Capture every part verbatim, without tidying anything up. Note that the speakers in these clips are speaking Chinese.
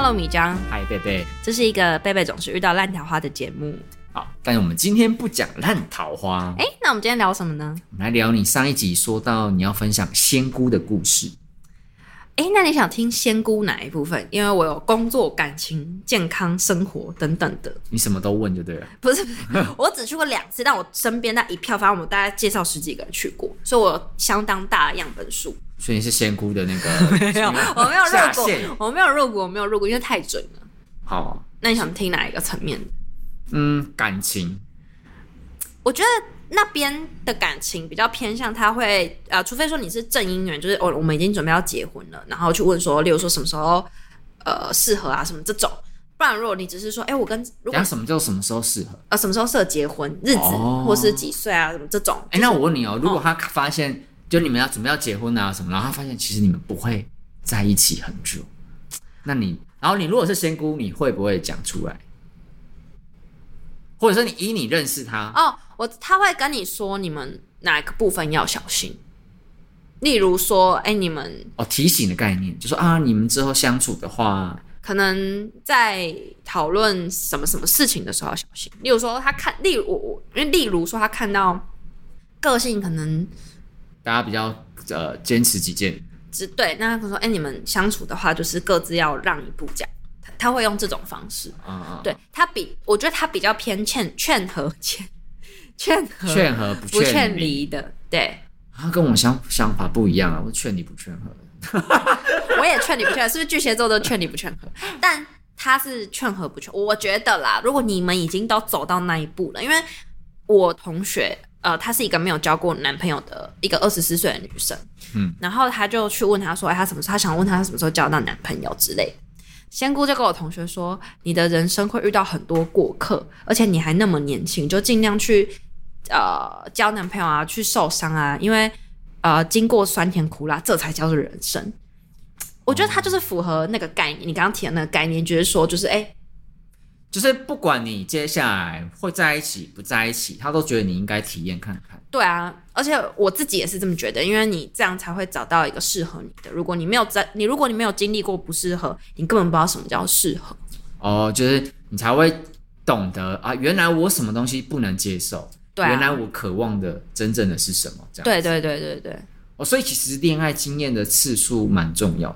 Hello 米江， 嗨贝贝， 这是一个贝贝总是遇到烂桃花的节目。 好，但是我们今天不讲烂桃花。 哎，那我们今天聊什么呢？ 我们来聊你上一集说到你要分享仙姑的故事。 哎，那你想听仙姑哪一部分？因为我有工作、感情、健康、生活等等的。 你什么都问就对了。 不是不是，我只去过两次，但我身边那一票，反正我们大概介绍十几个人去过，所以我有相当大的样本数。 所以你是仙姑的那个没有，我没有入股，我没有入股，我没有入股，因为太准了。 好， 那你想听哪一个层面的？ 嗯，感情。 我觉得那边的感情比较偏向他会呃，除非说你是正姻缘，就是哦，我们已经准备要结婚了，然后去问说，例如说什么时候呃适合啊什么这种。不然如果你只是说，哎，我跟如果什么叫什么时候适合？ 呃，什么时候适合结婚日子，哦、或是几岁啊什么这种。 哎、就是，那我问你哦，如果他发现、哦、就你们要准备要结婚啊什么，然后他发现其实你们不会在一起很久，那你然后你如果是仙姑，你会不会讲出来？或者说你以你认识他哦，我他会跟你说你们哪个部分要小心，例如说，哎，你们哦提醒的概念，就说啊，你们之后相处的话， 可能在讨论什么什么事情的时候要小心。例如说，他看，例如我，因为例如说他看到个性可能大家比较呃坚持己见， 只对，那他可能说，哎，你们相处的话，就是各自要让一步讲。他会用这种方式，嗯嗯对他比，我觉得他比较偏劝劝和劝劝和劝和不不劝离的，对。 他跟我想想法不一样啊，我劝你不劝和， 我也劝你不劝和，是不是巨蟹座都劝你不劝和？但他是劝和不劝，我觉得啦，如果你们已经都走到那一步了，因为我同学呃，她是一个没有交过男朋友的一个二十四岁的女生，嗯，然后他就去问他说，哎，他什么时候？他想问他什么时候交到男朋友之类的。仙姑就跟我同学说，你的人生会遇到很多过客，而且你还那么年轻，就尽量去呃交男朋友啊，去受伤啊，因为呃经过酸甜苦辣，这才叫做人生。我觉得他就是符合那个概念，你刚刚提的那个概念，就是说，就是哎， 就是不管你接下来会在一起不在一起，他都觉得你应该体验看看。 对啊，而且我自己也是这么觉得，因为你这样才会找到一个适合你的。如果你没有在，你如果你没有经历过不适合，你根本不知道什么叫适合。 哦，就是你才会懂得啊，原来我什么东西不能接受，对、啊，原来我渴望的真正的是什么？这样。 对对对对对。 哦，所以其实恋爱经验的次数蛮重要的。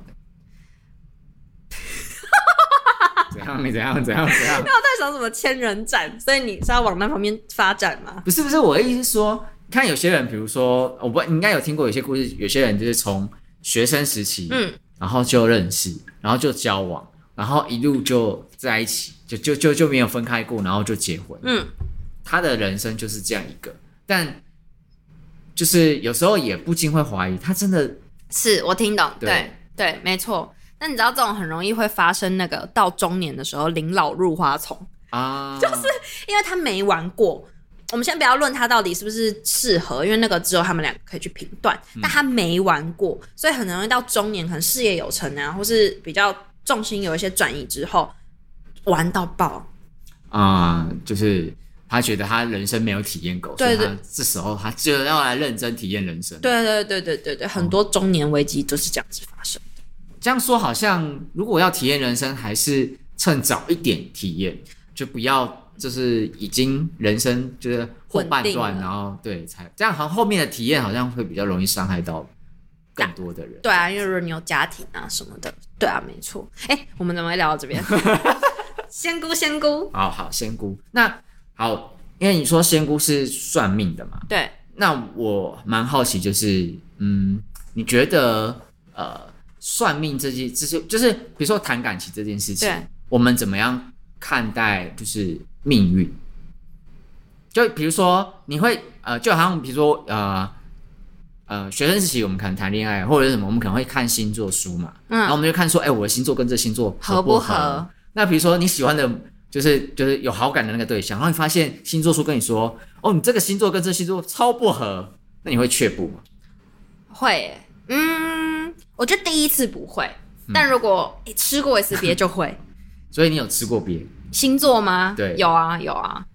怎样？你怎样？怎样？怎样？ 那我在想什么千人斩，所以你是要往那方面发展吗？ 不是不是，我的意思是说，看有些人，比如说，我不，你应该有听过有些故事，有些人就是从学生时期，嗯，然后就认识，然后就交往，然后一路就在一起，就就就就没有分开过，然后就结婚，嗯，他的人生就是这样一个，但就是有时候也不禁会怀疑，他真的是我听懂，对 对, 对，没错。那你知道这种很容易会发生那个到中年的时候临老入花丛啊，就是因为他没玩过。我们先不要论他到底是不是适合，因为那个只有他们两个可以去评断。嗯、但他没玩过，所以很容易到中年，可能事业有成啊，或是比较重心有一些转移之后，玩到爆啊、嗯！就是他觉得他人生没有体验过，对对，所以他这时候他就要来认真体验人生。 对对对对对对，很多中年危机都是这样子发生。 这样说好像，如果要体验人生，还是趁早一点体验，就不要就是已经人生就是后半段，然后对才这样，好像后面的体验好像会比较容易伤害到更多的人。 对啊，因为如果你有家庭啊什么的，对啊，没错。哎，我们怎么会聊到这边？仙姑，仙姑， 好好，仙姑。那好，因为你说仙姑是算命的嘛， 对。 那我蛮好奇，就是嗯，你觉得呃？算命这些，这些就是比如说谈感情这件事情，我们怎么样看待就是命运？就比如说你会呃，就好像比如说呃呃，学生时期我们可能谈恋爱或者是什么，我们可能会看星座书嘛，嗯，然后我们就看说，哎、欸，我的星座跟这星座合不合？合不合那比如说你喜欢的，就是就是有好感的那个对象，然后你发现星座书跟你说，哦，你这个星座跟这星座超不合，那你会却步吗？ 会耶，嗯。我觉得第一次不会，嗯、但如果、欸、吃过一次鳖就会。 所以你有吃过鳖？ 星座吗？ 对， 有啊有啊。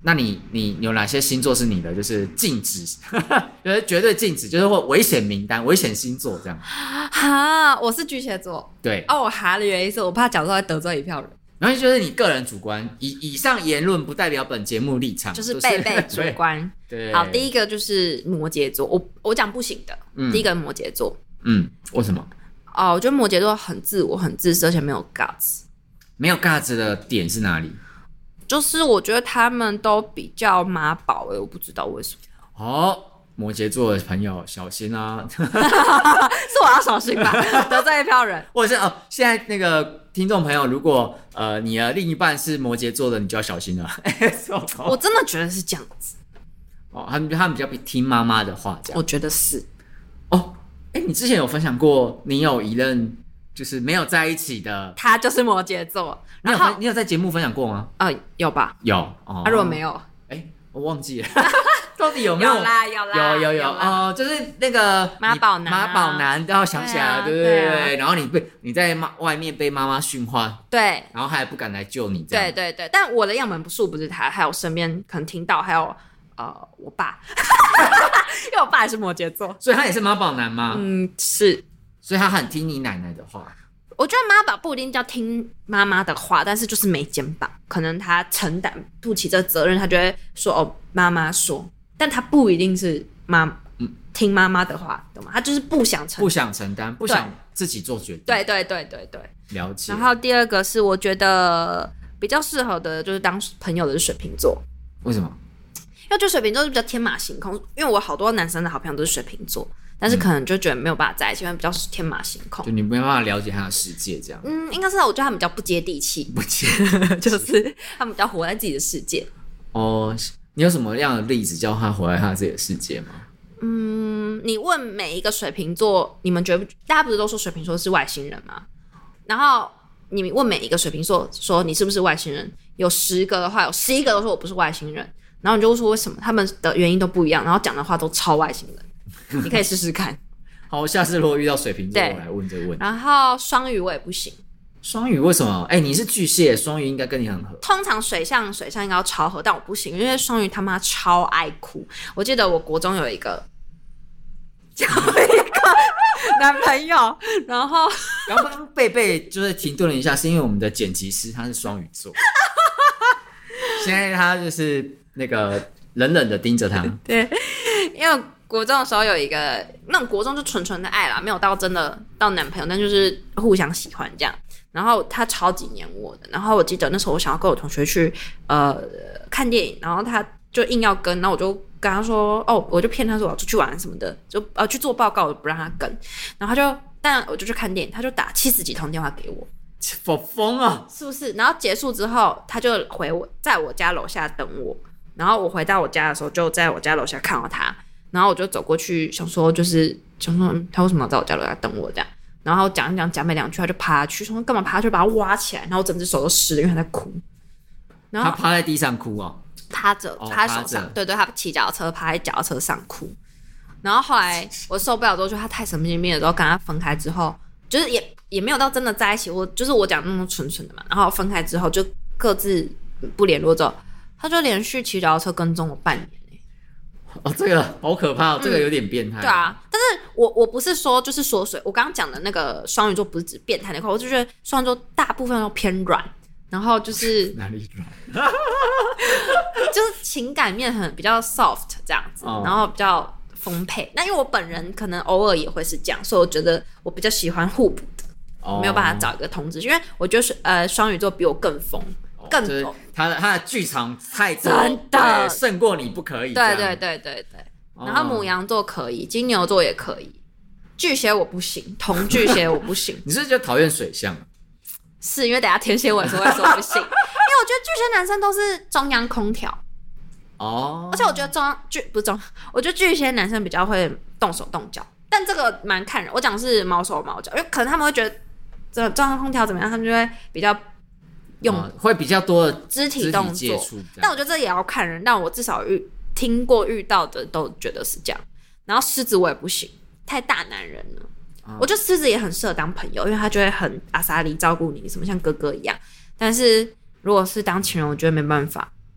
那你你有哪些星座是你的就是禁止，就是绝对禁止，就是会危险名单、危险星座这样？ 哈，我是巨蟹座。 对。 哦，我哈了原因是我怕讲出来得罪一票人。 然后就是你个人主观，以以上言论不代表本节目立场， 就是贝贝主观。 对。 好，第一个就是摩羯座，我我讲不行的。嗯、第一个摩羯座。 嗯，为什么？ 哦，我觉得摩羯座很自我、很自私，而且没有 guts。 没有 guts 的点是哪里？ 就是我觉得他们都比较妈宝哎，我不知道为什么。 哦，摩羯座的朋友小心啊！ 是我要小心吧，得罪一票人。 或者是哦，现在那个听众朋友，如果呃你的另一半是摩羯座的，你就要小心了。 我真的觉得是这样子。 哦，他们他们比较听妈妈的话，这样。 我觉得是。 哦，哎，你之前有分享过，你有一任就是没有在一起的， 他就是摩羯座。 你有分你有在节目分享过吗？ 呃，有吧？ 有。哦， 啊，如果没有， 哎，我忘记了，到底有没有？有啦，有啦， 有有有哦，就是那个妈宝男， 妈宝男，然后想起来了，对不对？然后你被你在妈外面被妈妈训话， 对， 然后他还不敢来救你，这样。 对对对，但我的样本数不是他，还有身边可能听到，还有呃我爸，因为我爸也是摩羯座， 所以他也是妈宝男吗？ 嗯，是， 所以他很听你奶奶的话。 我觉得妈宝不一定叫听妈妈的话，但是就是没肩膀，可能他承担不起这责任，他就会说哦妈妈说，但他不一定是妈、嗯、听妈妈的话，懂吗？他就是不想承担， 不想承担，不想自己做决定。 对对对对对， 了解。 然后第二个是我觉得比较适合的就是当朋友的是水瓶座。 为什么？ 因为就水瓶座是比较天马行空，因为我好多男生的好朋友都是水瓶座。但是可能就觉得没有办法在一起，因为比较天马行空， 就你没办法了解他的世界这样。 嗯，应该是我觉得他们比较不接地气， 不接就是他们比较活在自己的世界。 哦，你有什么样的例子叫他活在他自己的世界吗？ 嗯，你问每一个水瓶座，你们觉得大家不是都说水瓶座是外星人吗？然后你问每一个水瓶座说你是不是外星人，有十个的话，有十一个都说我不是外星人，然后你就说为什么，他们的原因都不一样，然后讲的话都超外星人。你可以试试看。 好，我下次如果遇到水瓶座，我来问这个问题。 然后双鱼我也不行。 双鱼为什么？哎、欸，你是巨蟹，双鱼应该跟你很合。 通常水象水象应该要超合，但我不行，因为双鱼他妈超爱哭。我记得我国中有一个，有一个男朋友，然后刚刚贝贝就是停顿了一下，是因为我们的剪辑师他是双鱼座，现在他就是那个冷冷的盯着他。 对，因为国中的时候有一个那种国中就纯纯的爱啦，没有到真的到男朋友，但就是互相喜欢这样。然后他超级黏我的，然后我记得那时候我想要跟我同学去呃看电影，然后他就硬要跟，然后我就跟他说哦，我就骗他说我要出去玩什么的，就呃去做报告，我不让他跟，然后他就但我就去看电影，他就打七十几通电话给我， 好疯啊， 是不是？然后结束之后，他就回我，在我家楼下等我，然后我回到我家的时候，就在我家楼下看到他。然后我就走过去，想说就是想说、嗯、他为什么要在我家楼下等我这样？然后讲一讲讲没两句，他就爬下去，说干嘛爬下去？把他挖起来，然后我整只手都湿了，因为他在哭。然后他趴在地上哭哦， 趴着，趴在手上，对对，他骑脚踏车趴在脚踏车上哭。然后后来我受不了之后，就他太神经病了，之后跟他分开之后，就是也也没有到真的在一起，我就是我讲那种纯纯的嘛。然后分开之后就各自不联络之后，他就连续骑脚踏车跟踪我半年。 哦，这个好可怕、哦嗯，这个有点变态。 对啊，但是我我不是说就是说水，我刚刚讲的那个双鱼座不是指变态那块，我就觉得双鱼座大部分都偏软，然后就是哪里软？ 就是情感面很比较 soft 这样子，哦、然后比较丰沛。那因为我本人可能偶尔也会是这样，所以我觉得我比较喜欢互补的，哦、没有办法找一个同质，因为我觉得呃双鱼座比我更疯。更多、就是、他的他的剧场太多， 真的胜过你不可以。 对对对对对。哦、然后牡羊座可以，金牛座也可以，巨蟹我不行，同巨蟹我不行。 你是不是就讨厌水象？ 是因为等一下天蝎我也是会说不行，因为我觉得巨蟹男生都是中央空调。哦。而且我觉得中央巨不是中，我觉得巨蟹男生比较会动手动脚，但这个蛮看人。我讲的是毛手毛脚，因为可能他们会觉得这中央空调怎么样，他们就会比较。用、 哦、会比较多的肢体动作，但我觉得这也要看人。但我至少遇听过遇到的都觉得是这样。然后狮子我也不行，太大男人了。哦、我觉得狮子也很适合当朋友，因为他就会很阿莎莉照顾你，什么像哥哥一样。但是如果是当情人，我觉得没办法。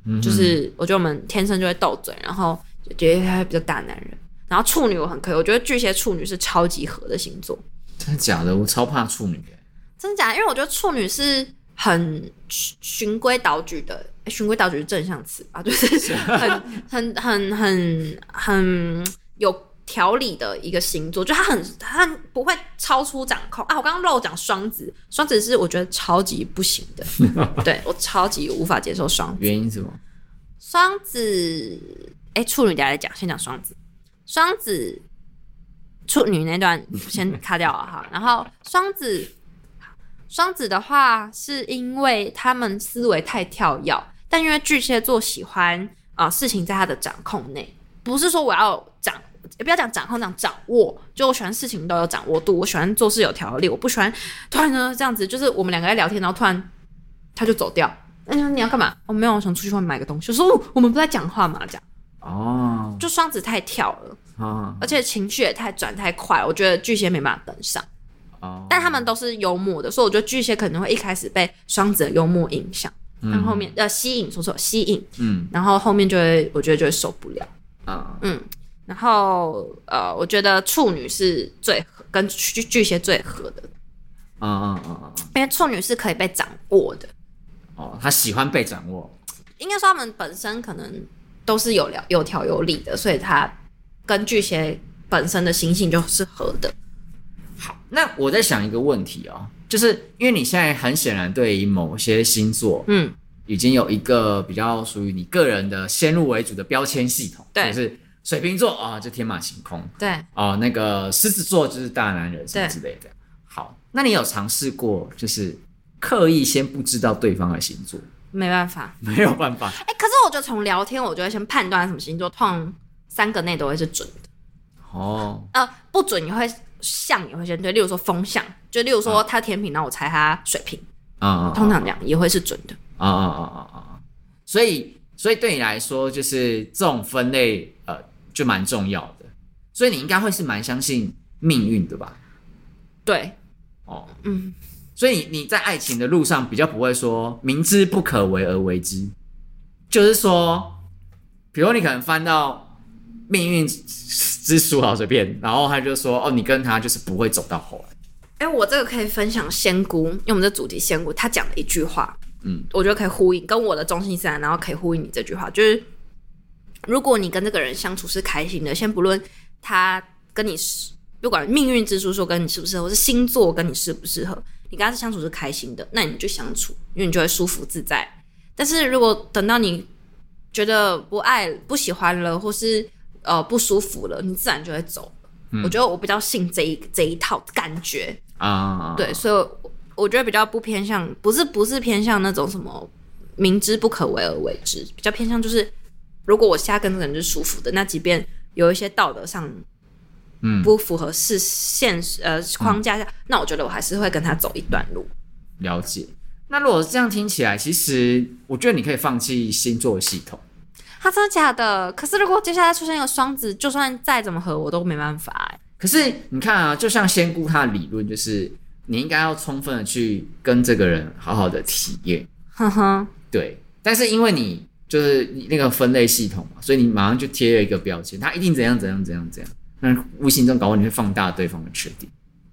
嗯、就是我觉得我们天生就会斗嘴，然后就觉得他比较大男人。然后处女我很可以，我觉得巨蟹处女是超级合的星座。 真的假的？我超怕处女的。 真的假的？因为我觉得处女是很循规蹈矩的，循规蹈矩是正向词吧，就是很很很很很有条理的一个星座，就他很他不会超出掌控啊。我刚刚漏讲双子，双子是我觉得超级不行的，对我超级无法接受双子。 原因是什么？ 双子，哎，处女等一下再讲，先讲双子。双子处女那段先卡掉了哈，然后双子双子的话是因为他们思维太跳跃，但因为巨蟹座喜欢啊、呃、事情在他的掌控内，不是说我要掌，也不要讲掌控，讲掌握，就我喜欢事情都有掌握度，我喜欢做事有条理，我不喜欢突然呢这样子，就是我们两个在聊天，然后突然他就走掉，那你要干嘛？我、哦、没有，我想出去外面买个东西，我说、哦、我们不在讲话嘛，这样。哦，就双子太跳了，哦、而且情绪也太转太快，我觉得巨蟹没办法跟上。哦，但他们都是幽默的，所以我觉得巨蟹可能会一开始被双子的幽默影响，嗯、然后后面呃吸引，说错吸引，嗯，然后后面就会我觉得就会受不了，啊、嗯，然后呃，我觉得处女是最合，跟巨巨蟹最合的，啊啊啊，因为处女是可以被掌握的， 哦，他喜欢被掌握， 应该说他们本身可能。都是有有条有理的，所以它跟巨蟹本身的星性就是合的。 好，那我在想一个问题哦，就是因为你现在很显然对于某些星座，嗯，已经有一个比较属于你个人的先入为主的标签系统，对，就是水瓶座啊、哦，就天马行空， 对， 哦，那个狮子座就是大男人什么之类的。好，那你有尝试过就是刻意先不知道对方的星座？ 没办法， 没有办法。 哎、欸，可是我觉得从聊天，我就会先判断什么星座，通常三个内都会是准的。哦，呃，不准你会象也会先对，例如说风象，就例如说他天秤，然后我猜他水瓶，啊、通常这样也会是准的。啊啊啊啊啊！ 所以，所以对你来说，就是这种分类，呃，就蛮重要的。所以你应该会是蛮相信命运的吧？ 对。哦，嗯。 所以你在爱情的路上比较不会说明知不可为而为之，就是说，比如你可能翻到命运之书好随便，然后他就说哦，你跟他就是不会走到后来。 哎、欸，我这个可以分享仙姑，因为我们这主题仙姑他讲的一句话，嗯，我觉得可以呼应跟我的中心思想，然后可以呼应你这句话，就是如果你跟这个人相处是开心的，先不论他跟你不管命运之书说跟你适不适合，或是星座跟你适不适合。你跟他相处是开心的，那你就相处，因为你就会舒服自在。但是如果等到你觉得不爱、不喜欢了，或是呃不舒服了，你自然就会走了。嗯、我觉得我比较信这一这一套感觉啊，对，所以我我觉得比较不偏向，不是不是偏向那种什么明知不可为而为之，比较偏向就是，如果我现在跟这个人是舒服的，那即便有一些道德上。嗯，不符合是现实呃框架下、嗯，那我觉得我还是会跟他走一段路。 了解。那如果这样听起来，其实我觉得你可以放弃星座系统。 他、啊、真的假的？可是如果接下来出现一个双子，就算再怎么合，我都没办法哎。 可是你看啊，就像仙姑她的理论，就是你应该要充分的去跟这个人好好的体验。呵呵，对。但是因为你就是那个分类系统嘛，所以你马上就贴了一个标签，他一定怎样怎样怎样怎样。那无形中搞不好你会放大对方的缺点。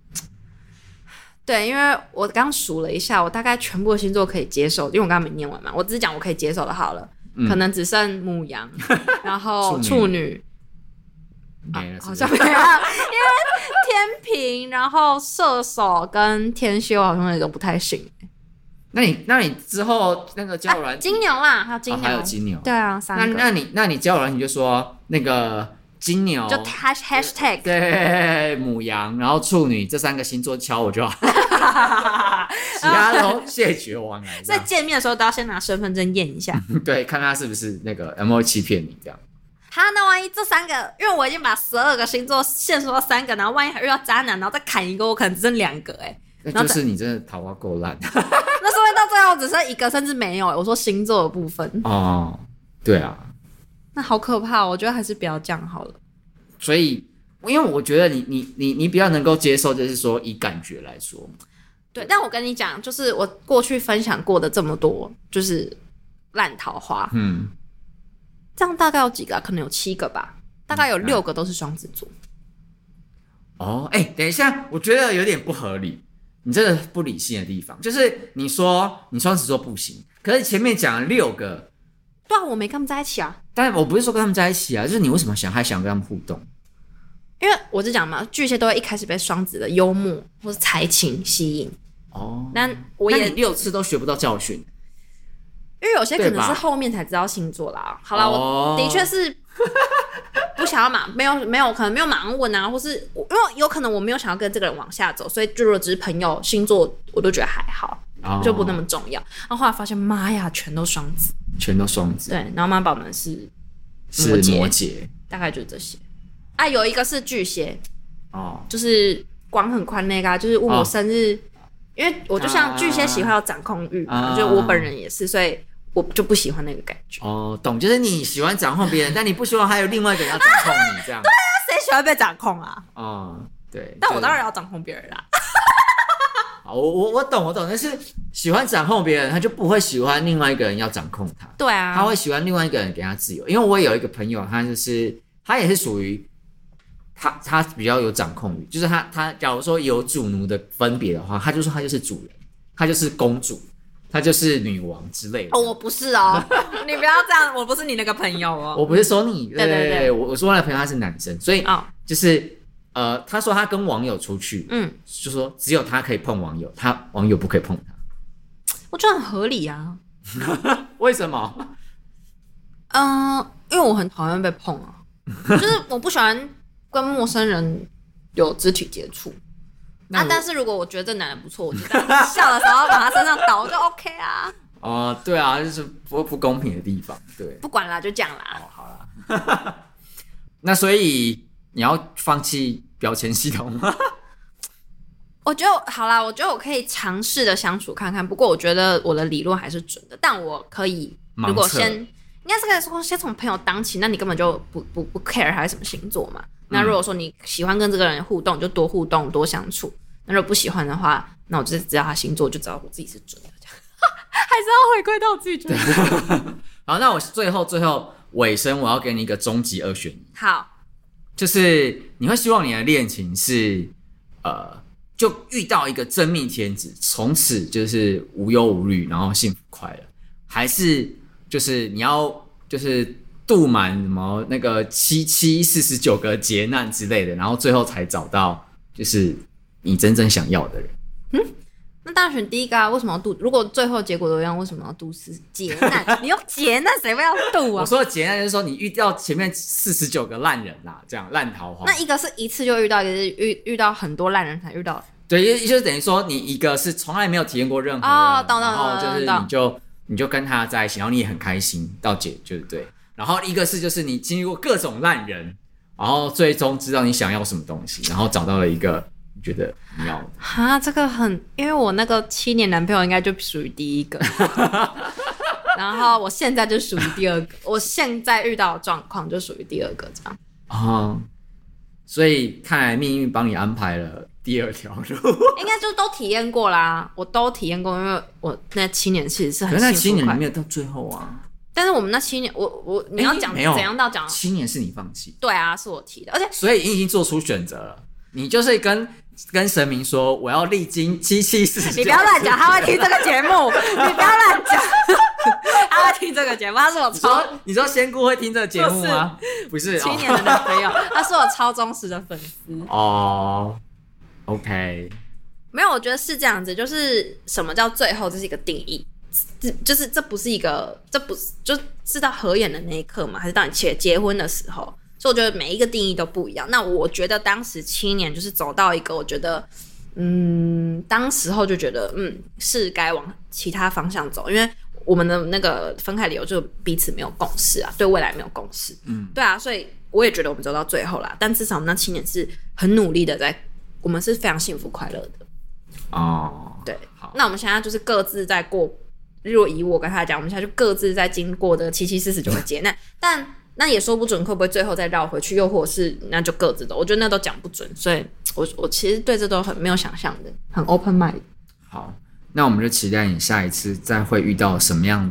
对，因为我刚数了一下，我大概全部的星座可以接受，因为我刚刚没念完嘛，我只是讲我可以接受的好了、嗯，可能只剩牡羊，然后处女， 没了、啊， 好像没有，因为天秤，然后射手跟天蝎好像也都不太行。 那你那你之后那个交友软体、 啊、金牛啦，还有金牛、哦， 还有金牛， 对啊，三个。 那那你那你交友软体就说那个。金牛就 hashtag 对牡羊，然后处女这三个星座敲我就好，其他都谢绝往来。 在见面的时候都要先拿身份证验一下， 对，看他是不是那个有没有欺骗你这样。 好，那万一这三个，因为我已经把十二个星座限缩到三个，然后万一还遇到渣男，然后再砍一个，我可能只剩两个哎、欸。 那就是你真的桃花够烂。 那说不定到最后只剩一个，甚至没有、欸。我说星座的部分。 哦，对啊。 那好可怕，我觉得还是不要这样好了。 所以，因为我觉得你你你你比较能够接受，就是说以感觉来说。 对，但我跟你讲，就是我过去分享过的这么多，就是烂桃花， 嗯， 这样大概有几个、啊？可能有七个吧，大概有六个都是双子座。 哦，哎、欸，等一下，我觉得有点不合理，你这个不理性的地方，就是你说你双子座不行，可是前面讲了六个， 对啊，我没跟他们在一起啊。 但我不是说跟他们在一起啊，就是你为什么想还想跟他们互动？ 因为我就讲嘛，巨蟹都会一开始被双子的幽默或是才情吸引。 哦， 那我也那你六次都学不到教训， 因为有些可能是后面才知道星座啦。好啦， 哦、 我的确是不想要马，没有没有可能没有马上问啊，或是因为有可能我没有想要跟这个人往下走，所以就如果只是朋友，星座我都觉得还好，哦、就不那么重要。然后后来发现，妈呀，全都双子， 全都双子。 对，然后妈宝们是是摩羯， 大概就是这些。啊，有一个是巨蟹， 哦， 就是管很宽那个，就是问我生日。哦，因为我就像巨蟹喜欢有掌控欲嘛，啊、就我本人也是，所以我就不喜欢那个感觉。 哦，懂，就是你喜欢掌控别人，但你不希望还有另外一个人要掌控你，这样。 对啊，谁喜欢被掌控啊？ 哦，对。 但我当然要掌控别人啦。 我我我懂我懂，但是喜欢掌控别人，他就不会喜欢另外一个人要掌控他。 对啊， 他会喜欢另外一个人给他自由。因为我也有一个朋友，他就是他也是属于。他他比较有掌控欲，就是他他假如说有主奴的分别的话，他就说他就是主人，他就是公主，他就是女王之类的。 哦，我不是哦，你不要这样，我不是你那个朋友哦。 我不是说你， 对对对， 我我说我那个朋友他是男生，所以就是、哦、呃，他说他跟网友出去，嗯，就说只有他可以碰网友，他网友不可以碰他。 我觉得很合理啊。 为什么？ 嗯、呃，因为我很讨厌被碰啊，就是我不喜欢。跟陌生人有肢体接触啊，但是如果我觉得这男人不错，我就在笑的时候往他身上倒，就 OK 啊。 哦、呃，对啊，就是不不公平的地方，对。 不管啦，就这样啦。 哦，好啦。那所以你要放弃标签系统吗？ 我觉得好啦，我觉得我可以尝试的相处看看，不过我觉得我的理论还是准的，但我可以如果先应该是可以说先从朋友当起，那你根本就不不不 care 他是什么星座嘛。那如果说你喜欢跟这个人互动，就多互动多相处。那如果不喜欢的话，那我就知道他星座，就知道我自己是准的，这样还是要回归到我自己准的。 好，那我最后最后尾声，我要给你一个终极二选一。 好， 就是你会希望你的恋情是呃，就遇到一个真命天子，从此就是无忧无虑，然后幸福快乐，还是就是你要就是度满什么那个七七四十九个劫难之类的，然后最后才找到就是你真正想要的人。 嗯，那当然选第一个啊！为什么要度？如果最后结果都一样，为什么要度死劫难？你用劫难，谁会要度啊？ 我说的劫难就是说你遇到前面四十九个烂人啦，这样烂桃花。 那一个是一次就遇到，一个是遇遇到很多烂人才遇到。 对，就是等于说你一个是从来没有体验过任何人， 哦，懂懂懂， 然后就是你就你就跟他在一起，然后你也很开心到结，就是对。然后一个是就是你经历过各种烂人，然后最终知道你想要什么东西，然后找到了一个你觉得你要的。 哈，这个很，因为我那个七年男朋友应该就属于第一个，然后我现在就属于第二个，我现在遇到的状况就属于第二个这样。 哦，所以看来命运帮你安排了第二条路， 应该就都体验过啦，我都体验过，因为我那七年其实是很幸福快乐。 可是那七年你没有到最后啊。 但是我们那七年，我我你要讲怎样到讲？ 七年是你放弃， 对啊，是我提的，而且所以你已经做出选择了，你就是跟跟神明说，我要历经七七四十九。 你不要乱讲，他会听这个节目，你不要乱讲，他会听这个节目，他是我超。 你说你说仙姑会听这个节目吗？不是， 七年的男朋友，他是我超忠实的粉丝。 哦 ，OK， 没有，我觉得是这样子，就是什么叫最后，这是一个定义。就是这不是一个，这不是就是到合眼的那一刻嘛，还是到你结结婚的时候？所以我觉得每一个定义都不一样。那我觉得当时七年就是走到一个，我觉得，嗯，当时候就觉得，嗯，是该往其他方向走，因为我们的那个分开理由就彼此没有共识啊，对未来没有共识，嗯，对啊，所以我也觉得我们走到最后啦。但至少那七年是很努力的在，我们是非常幸福快乐的。 哦， 对，好，那我们现在就是各自在过。如果以我跟他讲，我们现在就各自在经过的七七四十九个劫难，但那也说不准会不会最后再绕回去，又或者是那就各自的，我觉得那都讲不准，所以我我其实对这都很没有想象的，很 open mind。 好，那我们就期待你下一次再会遇到什么样的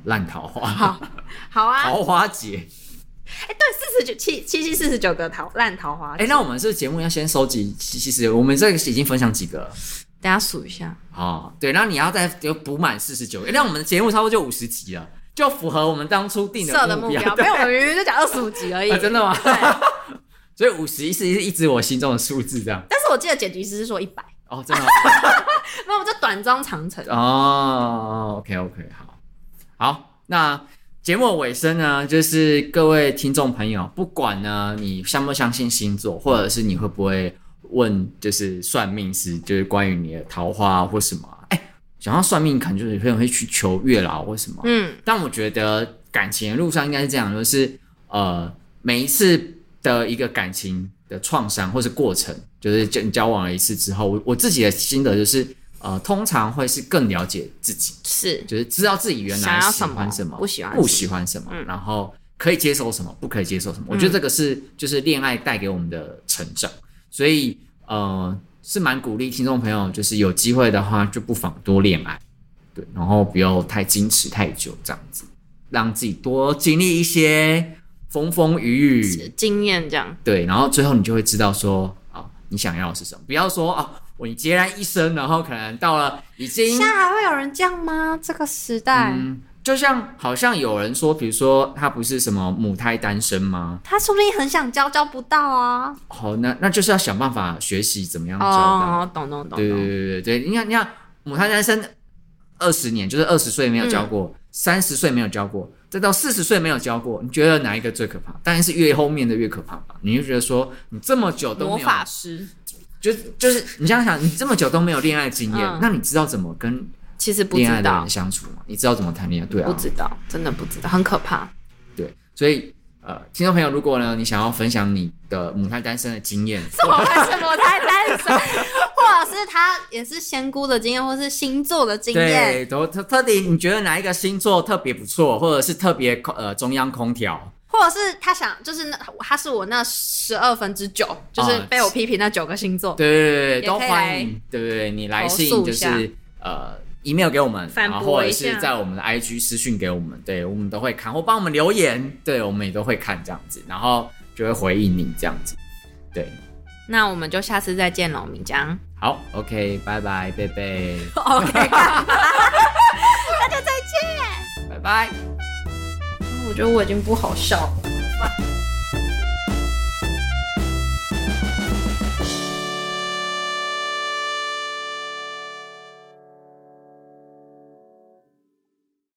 烂桃花。 好，好啊， 桃花节。 哎、欸，对，四十九七七七四十九个桃烂桃花。 哎、欸，那我们这个节目要先收集七七四，我们这个已经分享几个了？ 等一下数一下。 哦，对，然后你要再补满四十九，那我们的节目差不多就五十集了，就符合我们当初定的目标。 目标没有，我们明明就讲二十五集而已、 啊。真的吗？所以五十是一直我心中的数字，这样。 但是我记得剪辑师是说一百。 哦，真的吗？ 那我们就短中长程。 哦 ，OK OK， 好，好，那。节目的尾声呢，就是各位听众朋友，不管呢你相不相信星座，或者是你会不会问，就是算命师，就是关于你的桃花或什么，哎、欸，想要算命，可能就是有些人会去求月老或什么，嗯，但我觉得感情的路上应该是这样，就是呃，每一次的一个感情的创伤或是过程，就是交往了一次之后，我我自己的心得就是。呃，通常会是更了解自己， 是， 就是知道自己原来喜欢什么， 不喜欢不喜欢什么，嗯、然后可以接受什么，不可以接受什么。嗯、我觉得这个是就是恋爱带给我们的成长，所以呃是蛮鼓励听众朋友，就是有机会的话就不妨多恋爱，对，然后不要太矜持太久，这样子，让自己多经历一些风风雨雨经验，这样对，然后最后你就会知道说啊、哦，你想要的是什么，不要说啊。哦你孑然一身，然后可能到了已经， 现在还会有人这样吗？这个时代， 嗯，就像好像有人说，比如说他不是什么母胎单身吗？ 他说不定很想交，交不到啊。 好，那那就是要想办法学习怎么样交到。 哦，懂懂懂。 对对对对对，你看你看母胎单身二十年，就是二十岁没有交过，三十岁没有交过，再到四十岁没有交过，你觉得哪一个最可怕？当然是越后面的越可怕吧？你就觉得说你这么久都没有魔法师。 就就是你想想，你这么久都没有恋爱经验，嗯、那你知道怎么跟其实不知道恋爱的人相处吗？你知道怎么谈恋爱？对啊， 不知道，真的不知道，很可怕。 对，所以呃，听众朋友，如果呢你想要分享你的母胎单身的经验， 怎么会是母胎单身？或者是他也是仙姑的经验，或是星座的经验？ 对，都特特地你觉得哪一个星座特别不错，或者是特别呃中央空调？ 或者是他想，就是那他是我那十二分之九，就是被我批评那九个星座， 对对对，都欢迎，对对对，你来信就是呃 email 给我们，然后或者是在我们的 I G 私讯给我们，对我们都会看，或帮我们留言，对我们也都会看这样子，然后就会回应你这样子，对。 那我们就下次再见喽，米江。 好 ，OK， 拜拜，贝贝。 OK， 大家再见， 拜拜。 我觉得我已经不好笑了。